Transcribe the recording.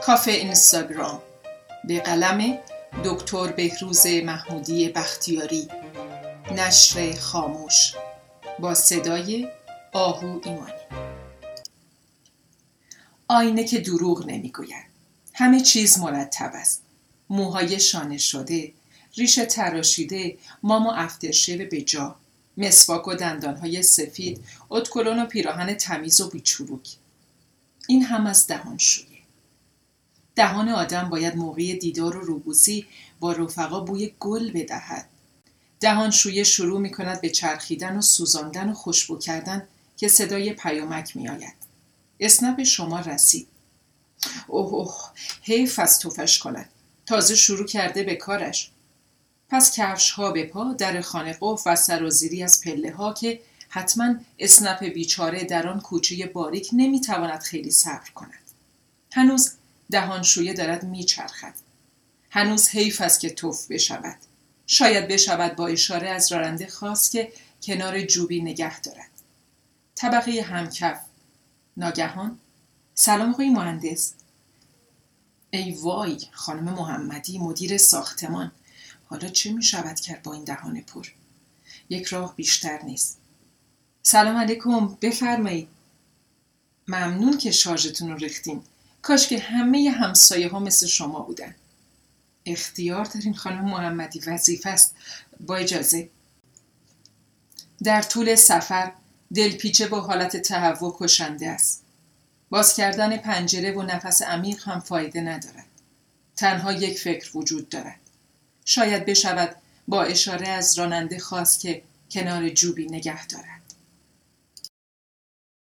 کافه اینستاگرام به قلم دکتر بهروز محمودی بختیاری، نشر خاموش، با صدای آهو ایمانی. آینه که دروغ نمیگوید. همه چیز مرتب است. موهای شانه شده، ریش تراشیده، مام و افترشیو به جا، مسواک و دندانهای سفید، ادکلون و پیراهن تمیز و بیچروک. این هم از دهانشویی. دهان آدم باید موقع دیدار و روبوسی با رفقا بوی گل بدهد. دهانشویی شروع می کند به چرخیدن و سوزاندن و خوشبو کردن که صدای پیامک می آید. اسنپ شما رسید. اوه حیف از توفش کند. تازه شروع کرده به کارش. پس کفش ها به پا، در خانه قفل و سرازیری از پله ها که حتما اسنپ بیچاره در آن کوچه باریک نمی تواند خیلی صبر کند. هنوز دهانشویه دارد می چرخد. هنوز حیف است که توف بشود. شاید بشود با اشاره از راننده خواست که کنار جوبی نگه دارد. طبقه همکف. ناگهان سلام آقای مهندس. ای وای، خانم محمدی، مدیر ساختمان. حالا چه می شود کرد با این دهان پر؟ یک راه بیشتر نیست. سلام علیکم، بفرمایید. ممنون که شارژتون رو ریختین. کاش که همه همسایه ها مثل شما بودن. اختیار دارین خانم محمدی، وظیفه است. با اجازه. در طول سفر دلپیچه با حالت تهوع کشنده است. باز کردن پنجره و نفس عمیق هم فایده ندارد. تنها یک فکر وجود دارد. شاید بشود با اشاره از راننده خواست که کنار جوبی نگه دارد.